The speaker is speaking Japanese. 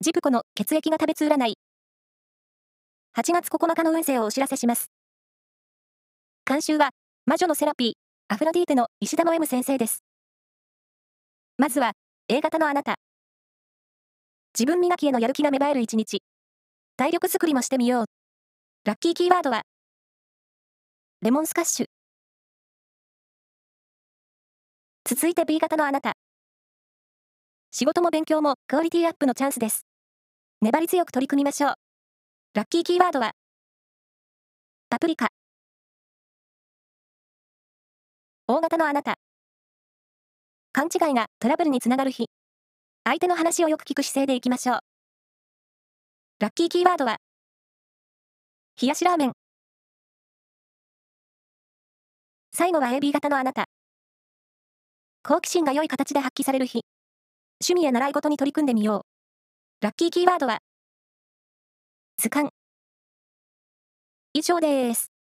ジプコの血液が食べつ占い。8月9日の運勢をお知らせします。監修は、魔女のセラピー、アフロディーテの石田の M 先生です。まずは、A 型のあなた。自分磨きへのやる気が芽生える一日。体力作りもしてみよう。ラッキーキーワードは、レモンスカッシュ。続いて B 型のあなた。仕事も勉強もクオリティアップのチャンスです。粘り強く取り組みましょう。ラッキーキーワードは、パプリカ。O 型のあなた。勘違いがトラブルにつながる日。相手の話をよく聞く姿勢でいきましょう。ラッキーキーワードは、冷やしラーメン。最後は AB 型のあなた。好奇心が良い形で発揮される日。趣味や習い事に取り組んでみよう。ラッキーキーワードは、図鑑。以上です。